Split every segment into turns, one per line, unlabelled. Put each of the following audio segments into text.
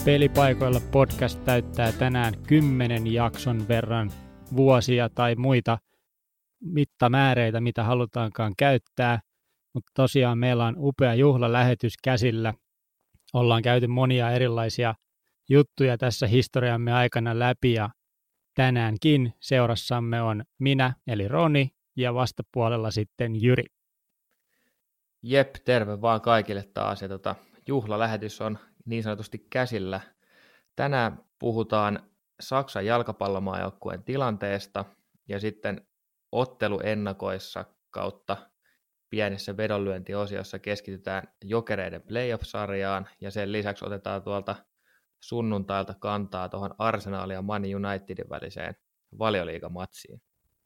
Pelipaikoilla podcast täyttää tänään 10 jakson verran vuosia tai muita mittamääreitä, mitä halutaankaan käyttää. Mutta tosiaan meillä on upea juhlalähetys käsillä. Ollaan käyty monia erilaisia juttuja tässä historiamme aikana läpi ja tänäänkin seurassamme on minä eli Roni ja vastapuolella sitten Jyri.
Jep, terve vaan kaikille taas. Ja juhlalähetys on niin sanotusti käsillä. Tänään puhutaan Saksan jalkapallomaajoukkueen tilanteesta ja sitten otteluennakoissa kautta pienessä vedonlyöntiosiossa keskitytään Jokereiden playoff-sarjaan ja sen lisäksi otetaan tuolta sunnuntailta kantaa tuohon Arsenal ja Man Unitedin väliseen valioliigamatsiin.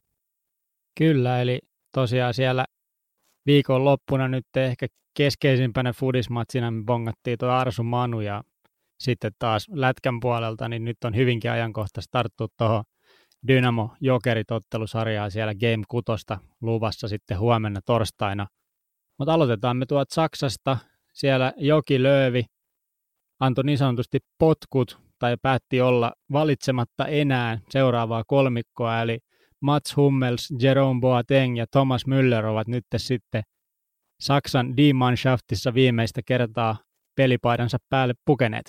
Kyllä, eli tosiaan siellä viikonloppuna nyt ehkä keskeisimpänä fudismatsina me bongattiin tuo Arsu Manu ja sitten taas lätkän puolelta, niin nyt on hyvinkin ajankohtaista tarttua tuohon Dynamo Jokerit-ottelusarjaan siellä Game 6 luvassa sitten huomenna torstaina. Mutta aloitetaan me tuolta Saksasta. Siellä Jogi Löövi antoi niin sanotusti potkut tai päätti olla valitsematta enää seuraavaa kolmikkoa, eli Mats Hummels, Jerome Boateng ja Thomas Müller ovat nyt sitten Saksan D-Mannschaftissa viimeistä kertaa pelipaidansa päälle pukeneet.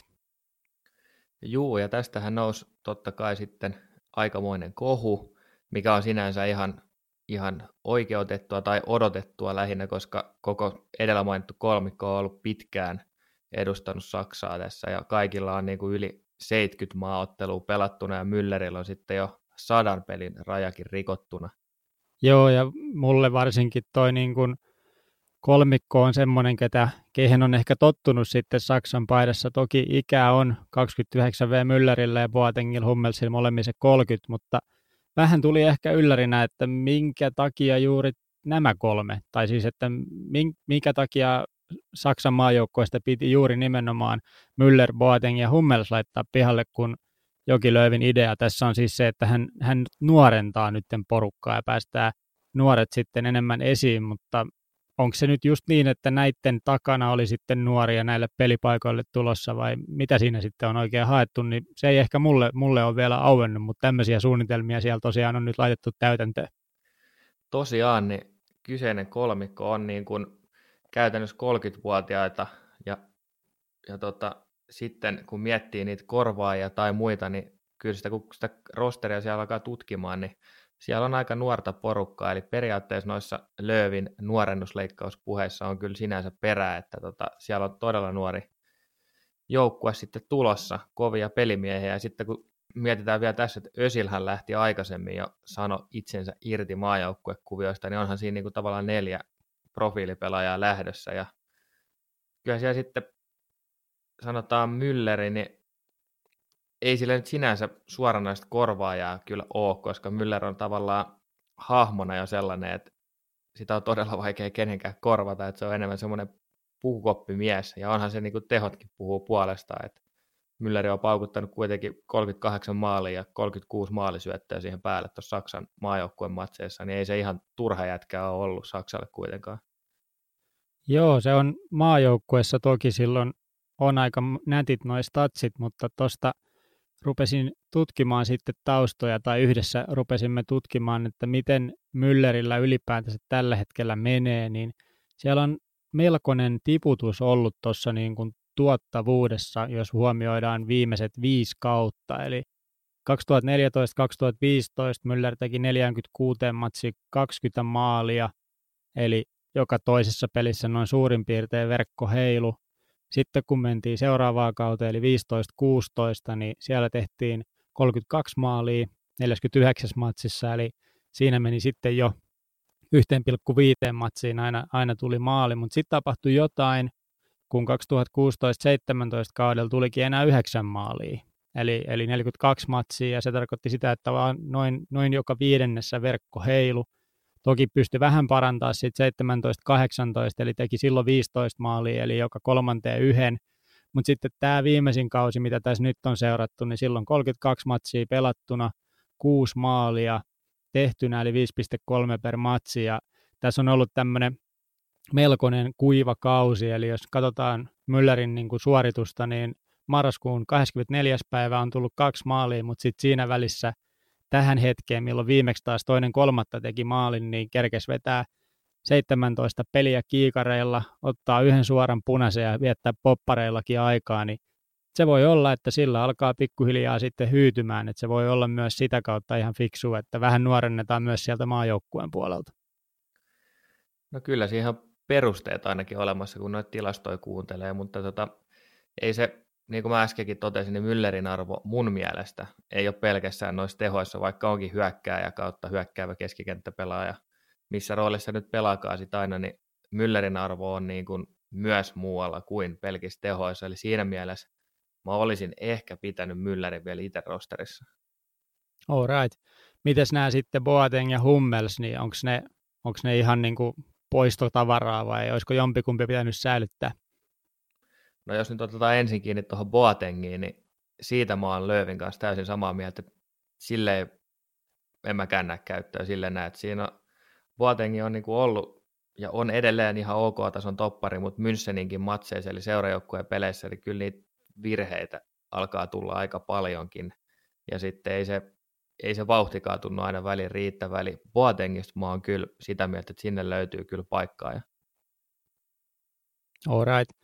Juu, ja tästähän nousi totta kai sitten aikamoinen kohu, mikä on sinänsä ihan oikeutettua tai odotettua lähinnä, koska koko edellä mainittu kolmikko on ollut pitkään edustanut Saksaa tässä, ja kaikilla on niin kuin yli 70 maaottelua pelattuna, ja Müllerillä on sitten jo 100 pelin rajakin rikottuna.
Joo, ja mulle varsinkin toi niin kuin kolmikko on semmoinen, kehen on ehkä tottunut sitten Saksan paidassa. Toki ikää on 29 V Müllerillä ja Boatengilla Hummelsilla molemmissa 30, mutta vähän tuli ehkä yllärinä, että minkä takia juuri nämä kolme, tai siis että minkä takia Saksan maajoukkoista piti juuri nimenomaan Müller, Boateng ja Hummels laittaa pihalle, kun Jogi Löövin idea tässä on siis se, että hän nuorentaa nytten porukkaa ja päästää nuoret sitten enemmän esiin, mutta onko se nyt just niin, että näiden takana oli sitten nuoria näille pelipaikoille tulossa vai mitä siinä sitten on oikein haettu, niin se ei ehkä mulle ole vielä auennut, mutta tämmöisiä suunnitelmia siellä tosiaan on nyt laitettu täytäntöön.
Tosiaan, niin kyseinen kolmikko on niin kuin käytännössä 30-vuotiaita ja sitten kun miettii niitä korvaajia tai muita, niin kyllä kun sitä rosteria siellä alkaa tutkimaan, niin siellä on aika nuorta porukkaa, eli periaatteessa noissa Löövin nuorennusleikkauspuheissa on kyllä sinänsä perää, että siellä on todella nuori joukkue sitten tulossa, kovia pelimiehiä, ja sitten kun mietitään vielä tässä, että Özilhän lähti aikaisemmin jo sanoi itsensä irti maajoukkuekuvioista, niin onhan siinä niin kuin tavallaan 4 profiilipelaajaa lähdössä, ja kyllä siellä sitten sanotaan Mülleri, niin ei sillä nyt sinänsä suoranaista korvaajaa kyllä ole, koska Müller on tavallaan hahmona jo sellainen, että sitä on todella vaikea kenenkään korvata, että se on enemmän semmoinen pukukoppimies, ja onhan se niin kuin tehotkin puhuu puolestaan, että Müller on paukuttanut kuitenkin 38 maalia ja 36 maalisyöttöä siihen päälle tuossa Saksan maajoukkueen matseissa, niin ei se ihan turha jätkää ole ollut Saksalle kuitenkaan.
Joo, se on maajoukkueessa toki silloin on aika nätit noi statsit, mutta tuosta rupesin tutkimaan sitten taustoja tai yhdessä rupesimme tutkimaan, että miten Müllerillä ylipäätänsä tällä hetkellä menee, niin siellä on melkoinen tiputus ollut tuossa niin kuin tuottavuudessa, jos huomioidaan viimeiset 5 kautta, eli 2014-2015 Müller teki 46 matsiin 20 maalia, eli joka toisessa pelissä noin suurin piirtein verkkoheilu. Sitten kun mentiin seuraavaan kauteen, eli 15-16, niin siellä tehtiin 32 maalia 49 matsissa, eli siinä meni sitten jo 1,5 matsiin aina tuli maali, mutta sitten tapahtui jotain, kun 2016-17 kaudella tulikin enää 9 maalia, eli 42 matsia, ja se tarkoitti sitä, että vaan noin joka 5. verkkoheilu. Toki pystyi vähän parantaa sitten 17-18, eli teki silloin 15 maalia, eli joka 3. yhden. Mutta sitten tämä viimeisin kausi, mitä tässä nyt on seurattu, niin silloin 32 matsia pelattuna, 6 maalia tehtynä, eli 5,3 per matsi. Ja tässä on ollut tämmöinen melkoinen kuiva kausi, eli jos katsotaan Müllerin niin kuin suoritusta, niin marraskuun 24. päivä on tullut 2 maalia, mutta sitten siinä välissä tähän hetkeen, milloin viimeksi taas 2.3. teki maalin, niin kerkesi vetää 17 peliä kiikareilla, ottaa yhden suoran punaisen ja viettää poppareillakin aikaa, niin se voi olla, että sillä alkaa pikkuhiljaa sitten hyytymään, että se voi olla myös sitä kautta ihan fiksu, että vähän nuorennetaan myös sieltä maajoukkueen puolelta.
No kyllä siihen on perusteet ainakin olemassa, kun noita tilastoja kuuntelee, mutta ei se, niin kuin mä äskenkin totesin, niin Müllerin arvo mun mielestä ei ole pelkästään noissa tehoissa, vaikka onkin hyökkääjä kautta hyökkäävä keskikenttäpelaaja, missä roolissa nyt pelaakaan sitä aina, niin Müllerin arvo on niin kuin myös muualla kuin pelkissä tehoissa, eli siinä mielessä mä olisin ehkä pitänyt Müllerin vielä itse rosterissa.
All right. Mites nämä sitten Boateng ja Hummels, niin onko ne ihan niin kuin poistotavaraa vai olisiko jompikumpi pitänyt säilyttää?
No jos nyt otetaan ensin kiinni tuohon Boatengiin, niin siitä mä oon Löövin kanssa täysin samaa mieltä, että silleen en mäkään näe käyttöä, silleen näe, että siinä Boatengi on niinku ollut ja on edelleen ihan OK-tason toppari, mutta Müncheninkin matseissa eli seurajoukkueen peleissä, eli kyllä niitä virheitä alkaa tulla aika paljonkin, ja sitten ei se vauhtikaan tunnu aina väliin riittävä, eli Boatengista mä oon kyllä sitä mieltä, että sinne löytyy kyllä paikkaa.
All right.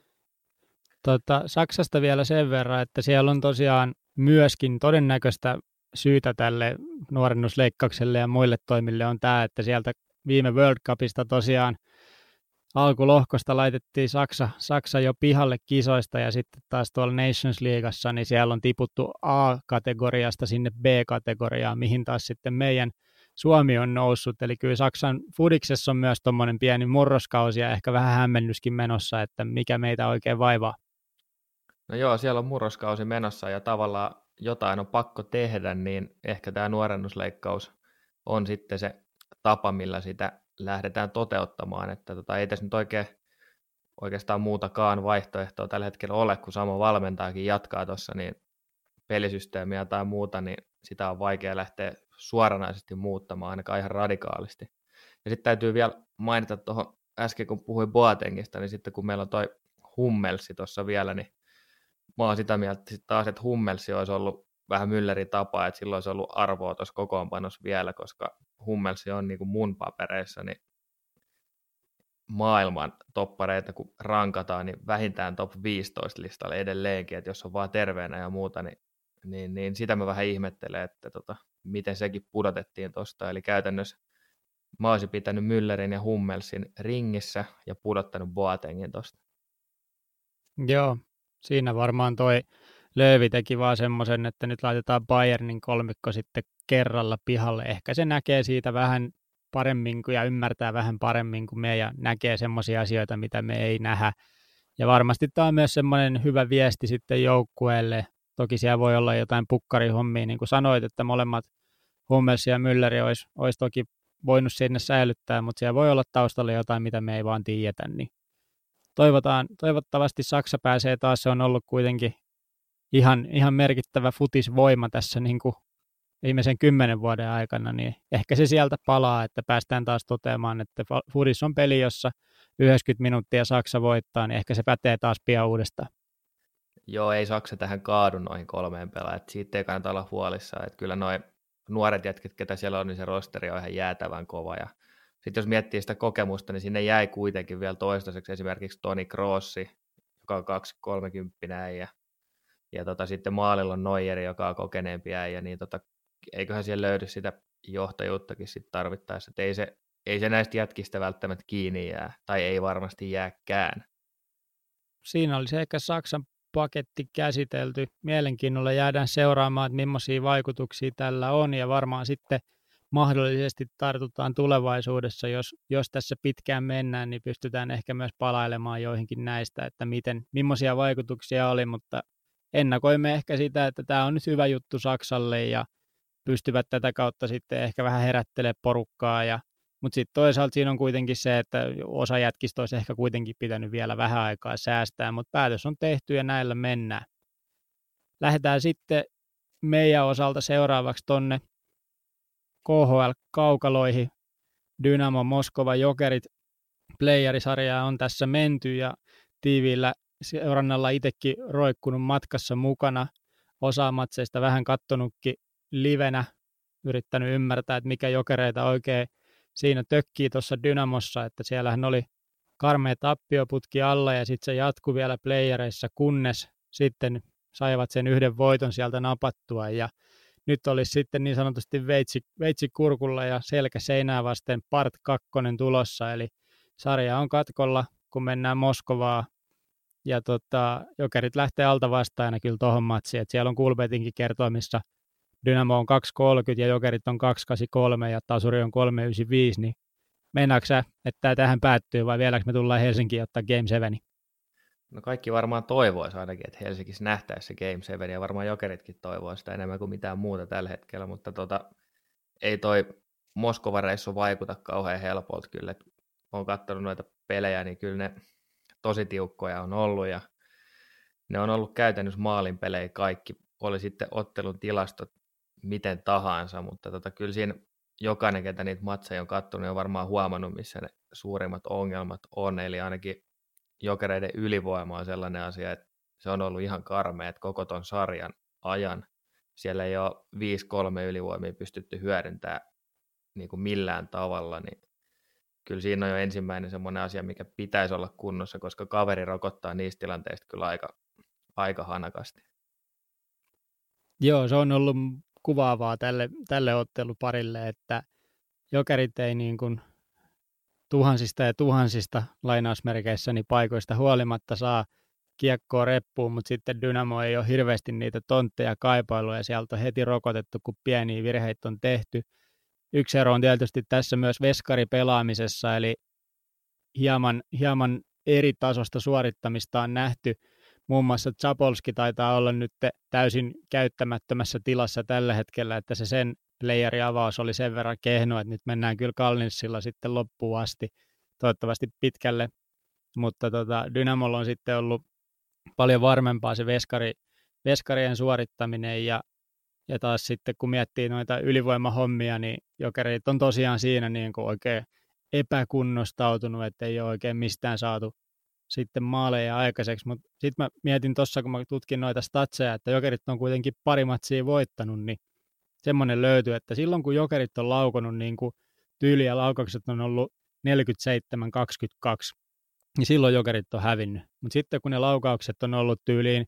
Saksasta vielä sen verran, että siellä on tosiaan myöskin todennäköistä syytä tälle nuorennusleikkaukselle ja muille toimille on tämä, että sieltä viime World Cupista tosiaan alkulohkosta laitettiin Saksa jo pihalle kisoista ja sitten taas tuolla Nations Leagueassa, niin siellä on tiputtu A-kategoriasta sinne B-kategoriaan, mihin taas sitten meidän Suomi on noussut. Eli kyllä Saksan fudiksessa on myös tuommoinen pieni murroskausi ja ehkä vähän hämmennyskin menossa, että mikä meitä oikein vaivaa.
No joo, siellä on murroskausi menossa ja tavallaan jotain on pakko tehdä, niin ehkä tämä nuorennusleikkaus on sitten se tapa, millä sitä lähdetään toteuttamaan, että ei tässä nyt oikeastaan muutakaan vaihtoehtoa tällä hetkellä ole, kun sama valmentajakin jatkaa tuossa, niin pelisysteemiä tai muuta, niin sitä on vaikea lähteä suoranaisesti muuttamaan, ainakaan ihan radikaalisti. Ja sitten täytyy vielä mainita tuohon äsken, kun puhuin Boatengista, niin sitten kun meillä on toi Hummelsi tuossa vielä, niin mä oon sitä mieltä sit taas, että Hummelsi olisi ollut vähän Müllerin tapa, että silloin olisi ollut arvoa tuossa kokoonpanossa vielä, koska Hummelsi on niin kuin mun papereissa niin maailman toppareita, kun rankataan, niin vähintään top 15 listalle edelleenkin, että jos on vaan terveenä ja muuta, niin sitä mä vähän ihmettelen, että miten sekin pudotettiin tuosta, eli käytännössä mä olisin pitänyt Müllerin ja Hummelsin ringissä ja pudottanut Boatengin tuosta.
Joo, siinä varmaan toi Löövi teki vaan semmoisen, että nyt laitetaan Bayernin kolmikko sitten kerralla pihalle. Ehkä se näkee siitä vähän paremmin ja ymmärtää vähän paremmin kuin me ja näkee semmoisia asioita, mitä me ei nähdä. Ja varmasti tämä on myös semmoinen hyvä viesti sitten joukkueelle. Toki siellä voi olla jotain pukkarihommia, niin kuin sanoit, että molemmat Hummels ja Mülleri olisi toki voinut sinne säilyttää, mutta siellä voi olla taustalla jotain, mitä me ei vaan tiedetä. Niin toivottavasti Saksa pääsee taas, se on ollut kuitenkin ihan merkittävä futisvoima tässä niin kuin viimeisen 10 vuoden aikana, niin ehkä se sieltä palaa, että päästään taas toteamaan, että futis on peli, jossa 90 minuuttia Saksa voittaa, niin ehkä se pätee taas pian uudestaan.
Joo, ei Saksa tähän kaadu noihin 3 pelaajaan, että siitä ei kannata olla huolissaan, että kyllä noi nuoret jätkät, ketä siellä on, niin se rosteri on ihan jäätävän kova, ja sitten jos miettii sitä kokemusta, niin sinne jäi kuitenkin vielä toistaiseksi esimerkiksi Toni Kroossi, joka on 2-30 äijä, ja sitten maalilla on Neueri, joka on kokeneempi äijä, niin eiköhän siellä löydy sitä johtajuuttakin sit tarvittaessa, että ei se näistä jätkistä välttämättä kiinni jää, tai ei varmasti jääkään.
Siinä oli se ehkä Saksan paketti käsitelty. Mielenkiinnolla jäädään seuraamaan, että millaisia vaikutuksia tällä on, ja varmaan sitten mahdollisesti tartutaan tulevaisuudessa, jos tässä pitkään mennään, niin pystytään ehkä myös palailemaan joihinkin näistä, että millaisia vaikutuksia oli, mutta ennakoimme ehkä sitä, että tämä on nyt hyvä juttu Saksalle ja pystyvät tätä kautta sitten ehkä vähän herättelemään porukkaa, mutta sitten toisaalta siinä on kuitenkin se, että osa jätkistä olisi ehkä kuitenkin pitänyt vielä vähän aikaa säästää, mutta päätös on tehty ja näillä mennään. Lähdetään sitten meidän osalta seuraavaksi tonne KHL-kaukaloihin. Dynamo Moskova Jokerit playerisarjaa on tässä menty ja tiiviillä seurannalla itsekin roikkunut matkassa mukana, osa matseista vähän kattonutkin livenä, yrittänyt ymmärtää, että mikä Jokereita oikein siinä tökkii tuossa Dynamossa, että siellähän oli karmea tappioputki alla ja sitten se jatkui vielä playereissa, kunnes sitten saivat sen yhden voiton sieltä napattua ja nyt olisi sitten niin sanotusti veitsi kurkulla ja selkä seinää vasten part 2 tulossa, eli sarja on katkolla, kun mennään Moskovaan ja Jokerit lähtee alta vastaajana kyllä tuohon matsiin, että siellä on Kulbetinkin kertoimissa Dynamo on 2,30 ja Jokerit on 2,83 ja tasuri on 3,95, niin meinaatko sä, että tämä tähän päättyy vai vieläkö me tullaan Helsinkiin ottaa Game 7?
No kaikki varmaan toivoisi ainakin, että Helsingissä nähtäisi se Game 7 ja varmaan Jokeritkin toivoo sitä enemmän kuin mitään muuta tällä hetkellä, mutta ei toi Moskova-reissu vaikuta kauhean helpolta kyllä. Et olen katsonut noita pelejä, niin kyllä ne tosi tiukkoja on ollut ja ne on ollut käytännössä maalin pelejä kaikki, oli sitten ottelun tilastot miten tahansa, mutta kyllä siinä jokainen, ketä niitä matseja on katsonut, on varmaan huomannut, missä ne suurimmat ongelmat on, eli ainakin Jokereiden ylivoima on sellainen asia, että se on ollut ihan karmea, että koko ton sarjan ajan siellä ei ole 5-3 ylivoimia pystytty hyödyntämään niin kuin millään tavalla, niin kyllä siinä on jo ensimmäinen semmoinen asia, mikä pitäisi olla kunnossa, koska kaveri rokottaa niistä tilanteista kyllä aika hanakasti.
Joo, se on ollut kuvaavaa tälle otteluparille, että Jokerit ei niin kuin tuhansista ja tuhansista lainausmerkeissä niin paikoista huolimatta saa kiekkoa reppuun, mutta sitten Dynamo ei ole hirveästi niitä tontteja kaipailuja ja sieltä on heti rokotettu, kun pieniä virheitä on tehty. Yksi ero on tietysti tässä myös veskaripelaamisessa, eli hieman eri tasosta suorittamista on nähty. Muun muassa Zapolski taitaa olla nyt täysin käyttämättömässä tilassa tällä hetkellä, että se sen playeriavaus oli sen verran kehno, että nyt mennään kyllä Kalninsilla sitten loppuun asti, toivottavasti pitkälle, mutta Dynamolla on sitten ollut paljon varmempaa se veskarien suorittaminen ja taas sitten kun miettii noita ylivoimahommia, niin Jokerit on tosiaan siinä niin kuin oikein epäkunnostautunut, että ei ole oikein mistään saatu sitten maaleja aikaiseksi, mutta sitten mä mietin tuossa, kun mä tutkin noita statseja, että Jokerit on kuitenkin pari matsia voittanut, niin semmoinen löytyy, että silloin kun Jokerit on laukonut niin kuin tyyli ja laukaukset on ollut 47-22, niin silloin Jokerit on hävinnyt. Mutta sitten kun ne laukaukset on ollut tyyliin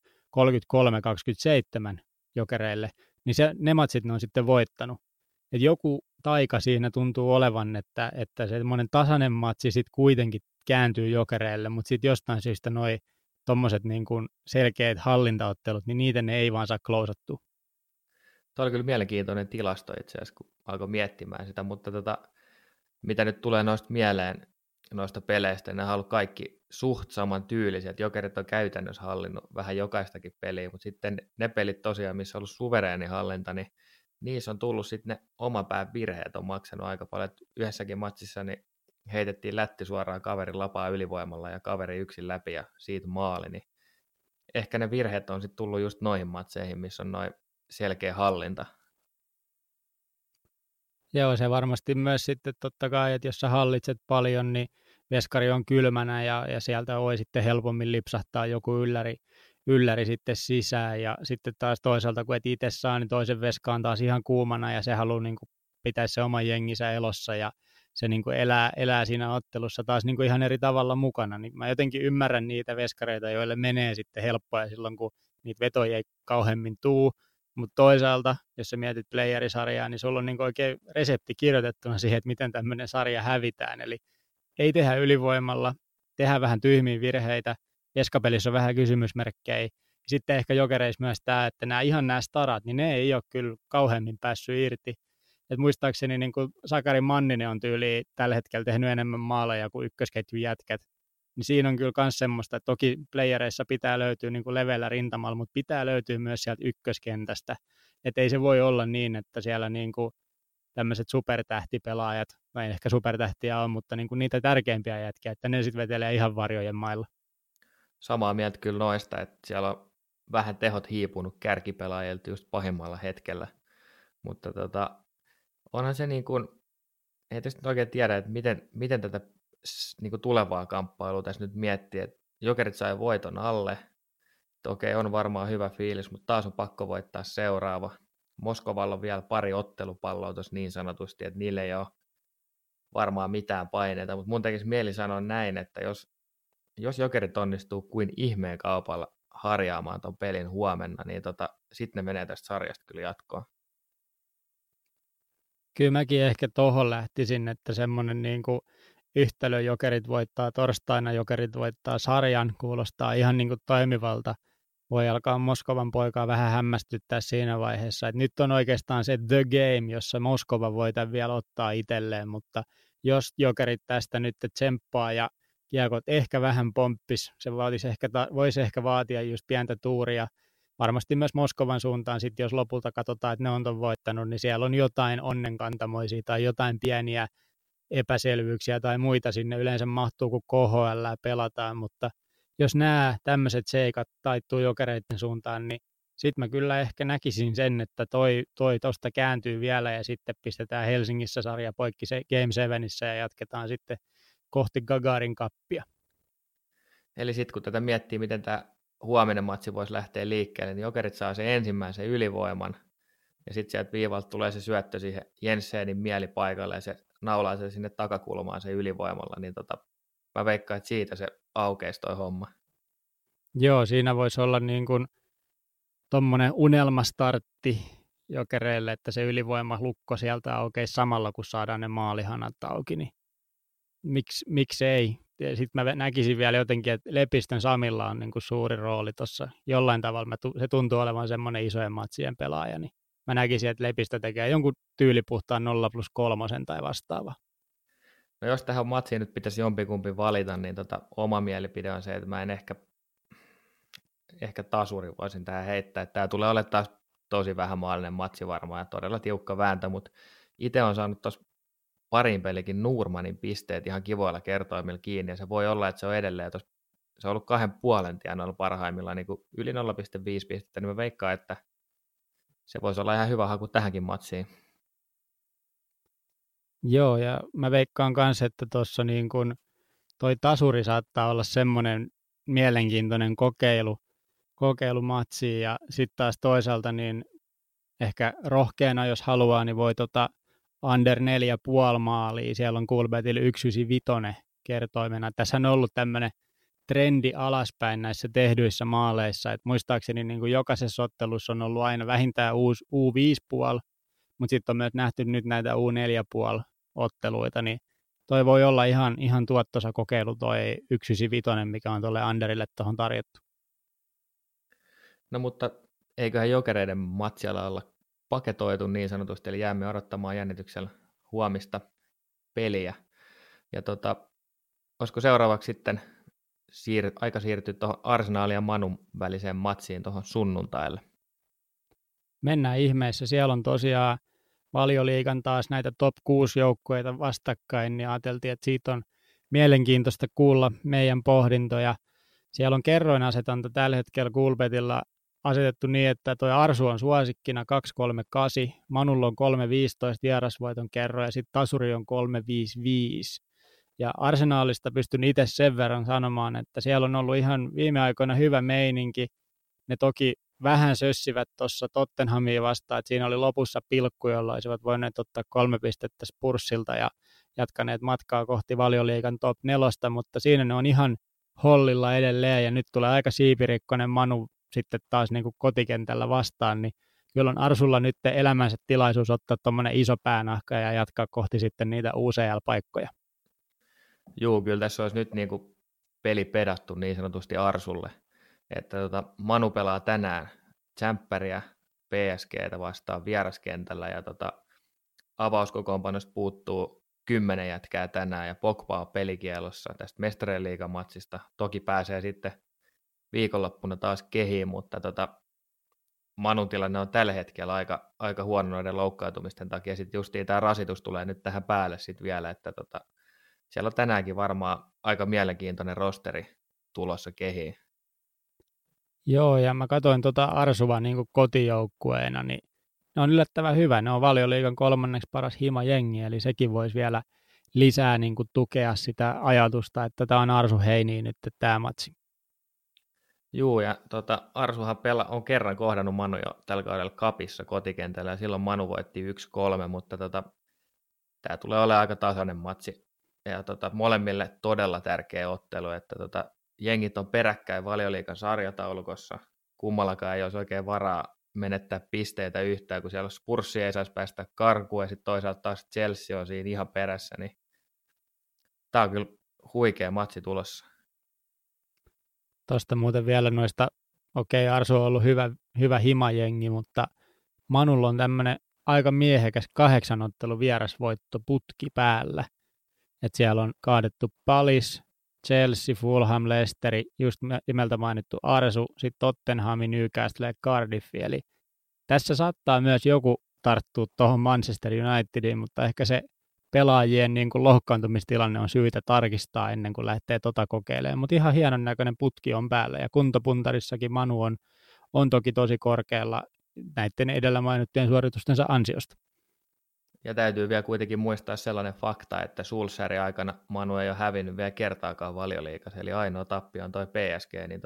33-27 Jokereille, niin ne matsit ne on sitten voittanut. Et joku taika siinä tuntuu olevan, että semmoinen tasainen matsi sitten kuitenkin kääntyy Jokereille, mutta sitten jostain syystä noi tommoset niin kuin selkeät hallintaottelut, niin niitä ne ei vaan saa klousattua.
Tuo oli kyllä mielenkiintoinen tilasto itse asiassa, kun alkoi miettimään sitä, mutta mitä nyt tulee noista mieleen noista peleistä, ne on ollut kaikki suht saman tyylisiä, että Jokerit on käytännössä hallinnut vähän jokaistakin peliä, mutta sitten ne pelit tosiaan, missä on ollut suvereeni hallinta, niin niissä on tullut sitten ne oman pään virheet on maksanut aika paljon, että yhdessäkin matsissa niin heitettiin lätti suoraan kaverin lapaa ylivoimalla ja kaveri yksin läpi ja siitä maali, niin ehkä ne virheet on sitten tullut just noihin matseihin, missä on noin selkeä hallinta.
Joo, se varmasti myös sitten totta kai, että jos sä hallitset paljon, niin veskari on kylmänä ja sieltä voi sitten helpommin lipsahtaa joku ylläri sitten sisään ja sitten taas toisaalta, kun et itse saa, niin toisen veska on taas ihan kuumana ja se haluaa niin kuin pitää se oman jenginsä elossa ja se niin kuin elää siinä ottelussa taas niin kuin ihan eri tavalla mukana. Niin mä jotenkin ymmärrän niitä veskareita, joille menee sitten helppoa silloin, kun niitä vetoja ei kauheammin tuu. Mutta toisaalta, jos sä mietit playerisarjaa, niin sulla on niin oikein resepti kirjoitettuna siihen, että miten tämmöinen sarja hävitään. Eli ei tehdä ylivoimalla, tehdään vähän tyhmiä virheitä, veskapelissä on vähän kysymysmerkkejä. Sitten ehkä Jokereissa myös tämä, että nämä starat, niin ne ei ole kyllä kauheammin päässyt irti. Et muistaakseni niin kuin Sakari Manninen on tyyli tällä hetkellä tehnyt enemmän maaleja kuin ykkösketjun jätkät. Niin siinä on kyllä myös semmoista, että toki playereissa pitää löytyä niin kuin leveällä rintamalla, mutta pitää löytyä myös sieltä ykköskentästä. Että ei se voi olla niin, että siellä niin kuin tämmöiset supertähtipelaajat, no ei ehkä supertähtiä on, mutta niin kuin niitä tärkeimpiä jätkiä, että ne sitten vetelee ihan varjojen mailla.
Samaa mieltä kyllä noista, että siellä on vähän tehot hiipunut kärkipelaajilta just pahimmalla hetkellä, mutta onhan se niin kuin, ei tietysti oikein tiedä, että miten tätä niin kuin tulevaa kamppailua tässä nyt miettii, että Jokerit sai voiton alle. Että okei, on varmaan hyvä fiilis, mutta taas on pakko voittaa seuraava. Moskovalla on vielä pari ottelupalloa tuossa niin sanotusti, että niille ei ole varmaan mitään paineita, mutta mun tekisi mieli sanoa näin, että jos Jokerit onnistuu kuin ihmeen kaupalla harjaamaan ton pelin huomenna, niin sitten ne menee tästä sarjasta kyllä jatkoon.
Kyllä mäkin ehkä tohon lähtisin, että semmoinen niin kuin yhtälö Jokerit voittaa torstaina, Jokerit voittaa sarjan, kuulostaa ihan niin kuin toimivalta. Voi alkaa Moskovan poikaa vähän hämmästyttää siinä vaiheessa, että nyt on oikeastaan se the game, jossa Moskova voi tämän vielä ottaa itselleen, mutta jos Jokerit tästä nyt tsemppaa ja kiekot ehkä vähän pomppis, se voisi ehkä vaatia just pientä tuuria. Varmasti myös Moskovan suuntaan, sitten jos lopulta katsotaan, että ne on ton voittanut, niin siellä on jotain onnenkantamoisia tai jotain pieniä epäselvyyksiä tai muita sinne yleensä mahtuu, kun KHL pelataan, mutta jos nämä tämmöiset seikat taittuu Jokereiden suuntaan, niin sitten mä kyllä ehkä näkisin sen, että toi tosta kääntyy vielä ja sitten pistetään Helsingissä sarja poikki se Game 7:issä ja jatketaan sitten kohti Gagarin kappia.
Eli sitten kun tätä miettii, miten tämä huominen matsi voisi lähteä liikkeelle, niin Jokerit saa sen ensimmäisen ylivoiman ja sitten sieltä viivalta tulee se syöttö siihen Jensenin mielipaikalle ja se naulaa se sinne takakulmaan se ylivoimalla, niin mä veikkaan, että siitä se aukeisi toi homma.
Joo, siinä voisi olla niin kuin tommonen unelmastartti Jokereille, että se ylivoimalukko sieltä aukeisi samalla, kun saadaan ne maalihanat auki, niin miksi ei? Sitten mä näkisin vielä jotenkin, että Lepistön Samilla on niin kuin suuri rooli tuossa. Jollain tavalla se tuntuu olevan semmoinen isojen matsien pelaaja, niin mä näkisin, että Lepistö tekee jonkun tyylipuhtaan 0+3 tai vastaava.
No jos tähän matsiin nyt pitäisi jompikumpi valita, niin oma mielipide on se, että mä en ehkä tasuri voisin tähän heittää. Tämä tulee olemaan taas tosi vähämaalinen matsi varmaan ja todella tiukka vääntö, mutta itse on saanut tuossa parin pelikin Nurmanin pisteet ihan kivoilla kertoimilla kiinni, ja se voi olla, että se on edelleen se on ollut 2,5 tienoilla parhaimmillaan niin kuin yli 0,5 pistettä, niin mä veikkaan, että se voisi olla ihan hyvä haku tähänkin matsiin.
Joo, ja mä veikkaan kanssa, että tuossa niin kun toi tasuri saattaa olla semmoinen mielenkiintoinen kokeilumatsi, ja sitten taas toisaalta niin ehkä rohkeana, jos haluaa, niin voi under 4,5 maalia. Siellä on Coolbetillä 1,95 kertoimena. Tässä on ollut tämmöinen trendi alaspäin näissä tehdyissä maaleissa. Et muistaakseni niin kuin jokaisessa ottelussa on ollut aina vähintään U5,5, mutta sitten on myös nähty nyt näitä U4,5 otteluita, niin toi voi olla ihan tuottoisa kokeilu toi 1,95, mikä on tuolle underille tuohon tarjottu.
No mutta eiköhän Jokereiden matsialla olla paketoitu niin sanotusti, eli jäämme odottamaan jännityksellä huomista peliä. Ja olisiko seuraavaksi sitten aika siirtyä tuohon Arsenalin ja Manun väliseen matsiin tuohon sunnuntaille?
Mennään ihmeessä. Siellä on tosiaan Valioliigan taas näitä top 6 joukkueita vastakkain, niin ajateltiin, että siitä on mielenkiintoista kuulla meidän pohdintoja. Siellä on kerroinasetanta tällä hetkellä Coolbetilla asetettu niin, että tuo Arsu on suosikkina 2,38, Manulla on 3,15 vierasvoiton kerro ja sitten tasuri on 3,55. Ja Arsenaalista pystyn itse sen verran sanomaan, että siellä on ollut ihan viime aikoina hyvä meininki. Ne toki vähän sössivät tuossa Tottenhamia vastaan, että siinä oli lopussa pilkku, jolla olisivat voineet ottaa 3 pistettä Spurssilta ja jatkaneet matkaa kohti Valioliigan top 4, mutta siinä ne on ihan hollilla edelleen ja nyt tulee aika siipirikkoinen Manu sitten taas niin kuin kotikentällä vastaan, niin kyllä on Arsulla nyt elämänsä tilaisuus ottaa tuommoinen iso päänahka ja jatkaa kohti sitten niitä UCL-paikkoja.
Joo, kyllä tässä olisi nyt niin kuin peli pedattu niin sanotusti Arsulle, että Manu pelaa tänään Tsemppäriä PSGtä vastaan vieraskentällä ja avauskokoonpanosta puuttuu 10 jätkää tänään ja Pogba on pelikielossa tästä Mestarien liigan matsista. Toki pääsee sitten viikonloppuna taas kehiin, mutta Manun tilanne on tällä hetkellä aika huono noiden loukkaantumisten takia. Sitten justiin tämä rasitus tulee nyt tähän päälle sitten vielä, että siellä on tänäänkin varmaan aika mielenkiintoinen rosteri tulossa kehiin.
Joo, ja mä katsoin Arsua niin kuin kotijoukkueena, niin ne on yllättävän hyvä. Ne on Valioliigan 3. paras himajengi, eli sekin voisi vielä lisää niin kuin tukea sitä ajatusta, että tämä on Arsu Heiniin nyt tämä matsi.
Juu, ja Arsuhan on kerran kohdannut Manu jo tällä kaudella Cupissa kotikentällä, ja silloin Manu voitti 1-3, mutta tämä tulee olemaan aika tasainen matsi, ja molemmille todella tärkeä ottelu, että jengit on peräkkäin Valioliigan sarjataulukossa, kummallakaan ei olisi oikein varaa menettää pisteitä yhtään, kun siellä Spursi ei saisi päästä karkuun, ja sitten toisaalta taas Chelsea on siinä ihan perässä, niin tämä on kyllä huikea matsi tulossa.
Tuosta muuten vielä noista, Arsu on ollut hyvä himajengi, mutta Manulla on tämmöinen aika miehekäs 8 ottelun vierasvoitto putki päällä. Et siellä on kaadettu Palace, Chelsea, Fulham, Leicesteri, just nimeltä mainittu Arsu, sitten Tottenham, Newcastle ja Cardiff. Eli tässä saattaa myös joku tarttua tuohon Manchester Unitediin, mutta ehkä se pelaajien niin kuin lohkaantumistilanne on syytä tarkistaa ennen kuin lähtee kokeilemaan. Mutta ihan hienon näköinen putki on päällä ja kuntopuntarissakin Manu on toki tosi korkealla näiden edellä mainittujen suoritustensa ansiosta.
Ja täytyy vielä kuitenkin muistaa sellainen fakta, että Solskjaerin aikana Manu ei ole hävinnyt vielä kertaakaan Valioliigassa, eli ainoa tappio on toi PSG, niin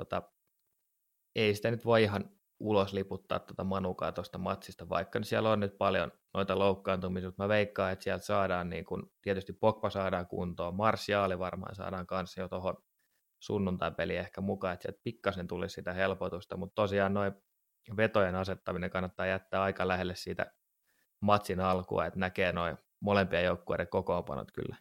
ei sitä nyt voi ihan ulos liputtaa Manukaa tuosta matsista, vaikka siellä on nyt paljon noita loukkaantumisia, mutta mä veikkaan, että sieltä saadaan, niin kun, tietysti Pogba saadaan kuntoon, Martiali varmaan saadaan kanssa jo tuohon sunnuntai-peliin ehkä mukaan, että sieltä pikkasen tulisi sitä helpotusta, mutta tosiaan noin vetojen asettaminen kannattaa jättää aika lähelle siitä matsin alkua, että näkee noin molempien joukkueiden kokoonpanot kyllä.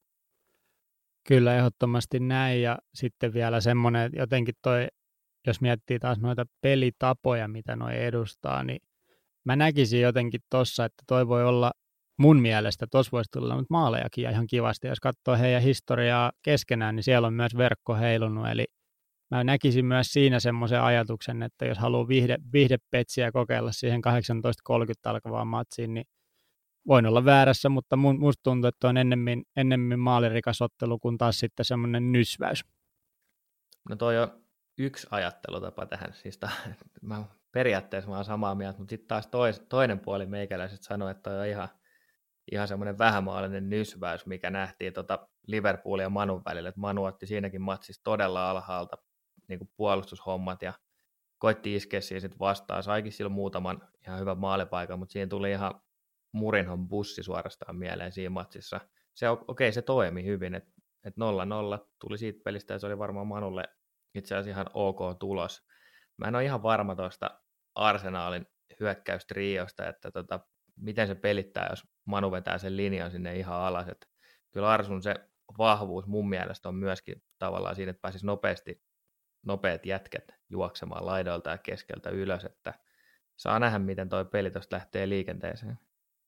Kyllä, ehdottomasti näin, ja sitten vielä semmoinen, jotenkin jos miettii taas noita pelitapoja, mitä noi edustaa, niin mä näkisin jotenkin tossa, että toi voi olla mun mielestä, tossa voisi tulla nyt maalejakin ihan kivasti, jos katsoo heidän historiaa keskenään, niin siellä on myös verkko heilunut, eli mä näkisin myös siinä semmoisen ajatuksen, että jos haluaa viihdepetsiä kokeilla siihen 18.30 alkavaan matsiin, niin voin olla väärässä, mutta musta tuntuu, että on ennemmin maalirikas ottelu kuin taas sitten semmoinen nysväys.
No toi on yksi ajattelutapa tähän, siis periaatteessa mä oon samaa mieltä, mutta sitten taas toinen puoli meikäläiset sanoo, että toi on ihan semmoinen vähämaalinen nysväys, mikä nähtiin Liverpoolin ja Manun välillä, että Manu otti siinäkin matsissa todella alhaalta niin kuin puolustushommat ja koitti iskeä siinä sitten vastaan, saikin silloin muutaman ihan hyvän maalipaikan, mutta siinä tuli ihan Mourinhon bussi suorastaan mieleen siinä matsissa. Se toimi hyvin, että 0-0 tuli siitä pelistä ja se oli varmaan Manulle itse asiassa ihan ok tulos. Mä en ole ihan varma tuosta Arsenalin hyökkäystriosta, että miten se pelittää, jos Manu vetää sen linjan sinne ihan alas. Että kyllä Arsun se vahvuus mun mielestä on myöskin tavallaan siinä, että pääsisi nopeat jätket juoksemaan laidoilta ja keskeltä ylös, että saa nähdä, miten toi peli tuosta lähtee liikenteeseen.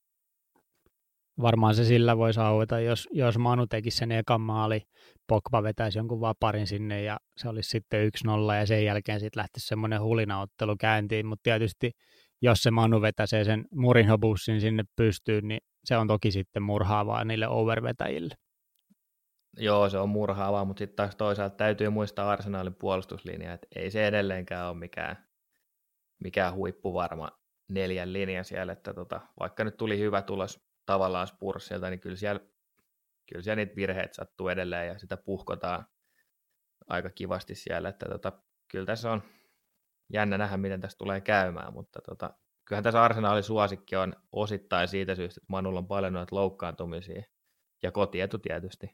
Varmaan se sillä voisi aueta, jos Manu tekisi sen ekan maali, Pogba vetäisi jonkun vaparin sinne ja se olisi sitten 1-0 ja sen jälkeen sitten lähtisi semmoinen hulinaottelu käyntiin, mutta tietysti jos se Manu vetäisee sen Mourinho-bussin sinne pystyyn, niin se on toki sitten murhaavaa niille overvetäjille.
Joo, se on murhaavaa, mutta sitten taas toisaalta täytyy muistaa Arsenalin puolustuslinja, että ei se edelleenkään ole mikään huippuvarma 4 linja siellä, että vaikka nyt tuli hyvä tulos tavallaan Spursilta, niin kyllä siellä niitä virheitä sattuu edelleen ja sitä puhkotaan aika kivasti siellä, että kyllä tässä on jännä nähdä, miten tässä tulee käymään, mutta kyllähän tässä Arsenalin suosikki on osittain siitä syystä, että Manulla on paljon noita loukkaantumisia ja kotietu tietysti.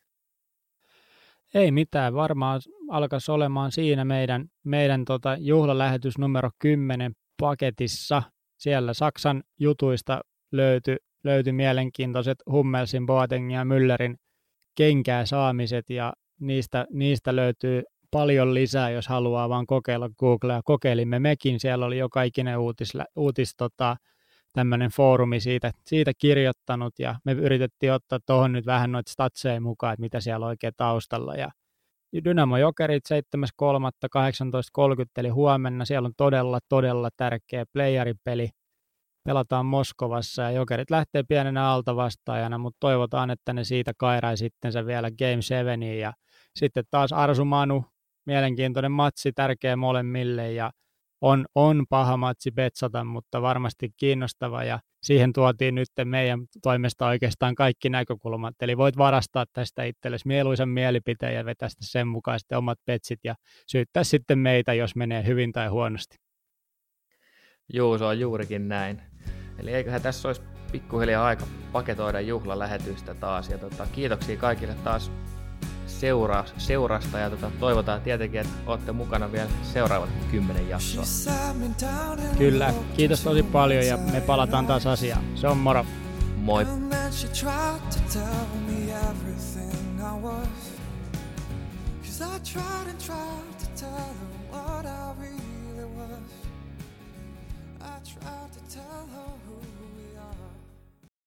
Ei mitään, varmaan alkaisi olemaan siinä meidän juhlalähetys numero 10 paketissa. Siellä Saksan jutuista löytyi mielenkiintoiset Hummelsin, Boatengin ja Müllerin kenkää saamiset ja niistä löytyy paljon lisää, jos haluaa vaan kokeilla Googlea. Kokeilimme mekin, siellä oli joka ikinen tämmöinen foorumi siitä kirjoittanut ja me yritettiin ottaa tuohon nyt vähän noita statseja mukaan, että mitä siellä on oikein taustalla. Ja Dynamo Jokerit 7.3. 18.30 eli huomenna, siellä on todella tärkeä playeripeli. Pelataan Moskovassa ja Jokerit lähtee pienenä altavastaajana, mutta toivotaan, että ne siitä kairai sitten se vielä Game 7 ja sitten taas Arsu Manu, mielenkiintoinen matsi, tärkeä molemmille ja on paha matsi betsata, mutta varmasti kiinnostava, ja siihen tuotiin nyt meidän toimesta oikeastaan kaikki näkökulmat, eli voit varastaa tästä itsellesi mieluisen mielipiteen ja vetää sen mukaan sitten omat betsit ja syyttää sitten meitä, jos menee hyvin tai huonosti.
Juu, se on juurikin näin. Eli eiköhän tässä olisi pikkuhiljaa aika paketoida juhlalähetystä taas, ja kiitoksia kaikille taas seurasta, ja toivotaan tietenkin, että olette mukana vielä seuraavat 10 jaksoa.
Kyllä, kiitos tosi paljon, ja me palataan taas asiaan. Se on moro.
Moi. I tried to tell her who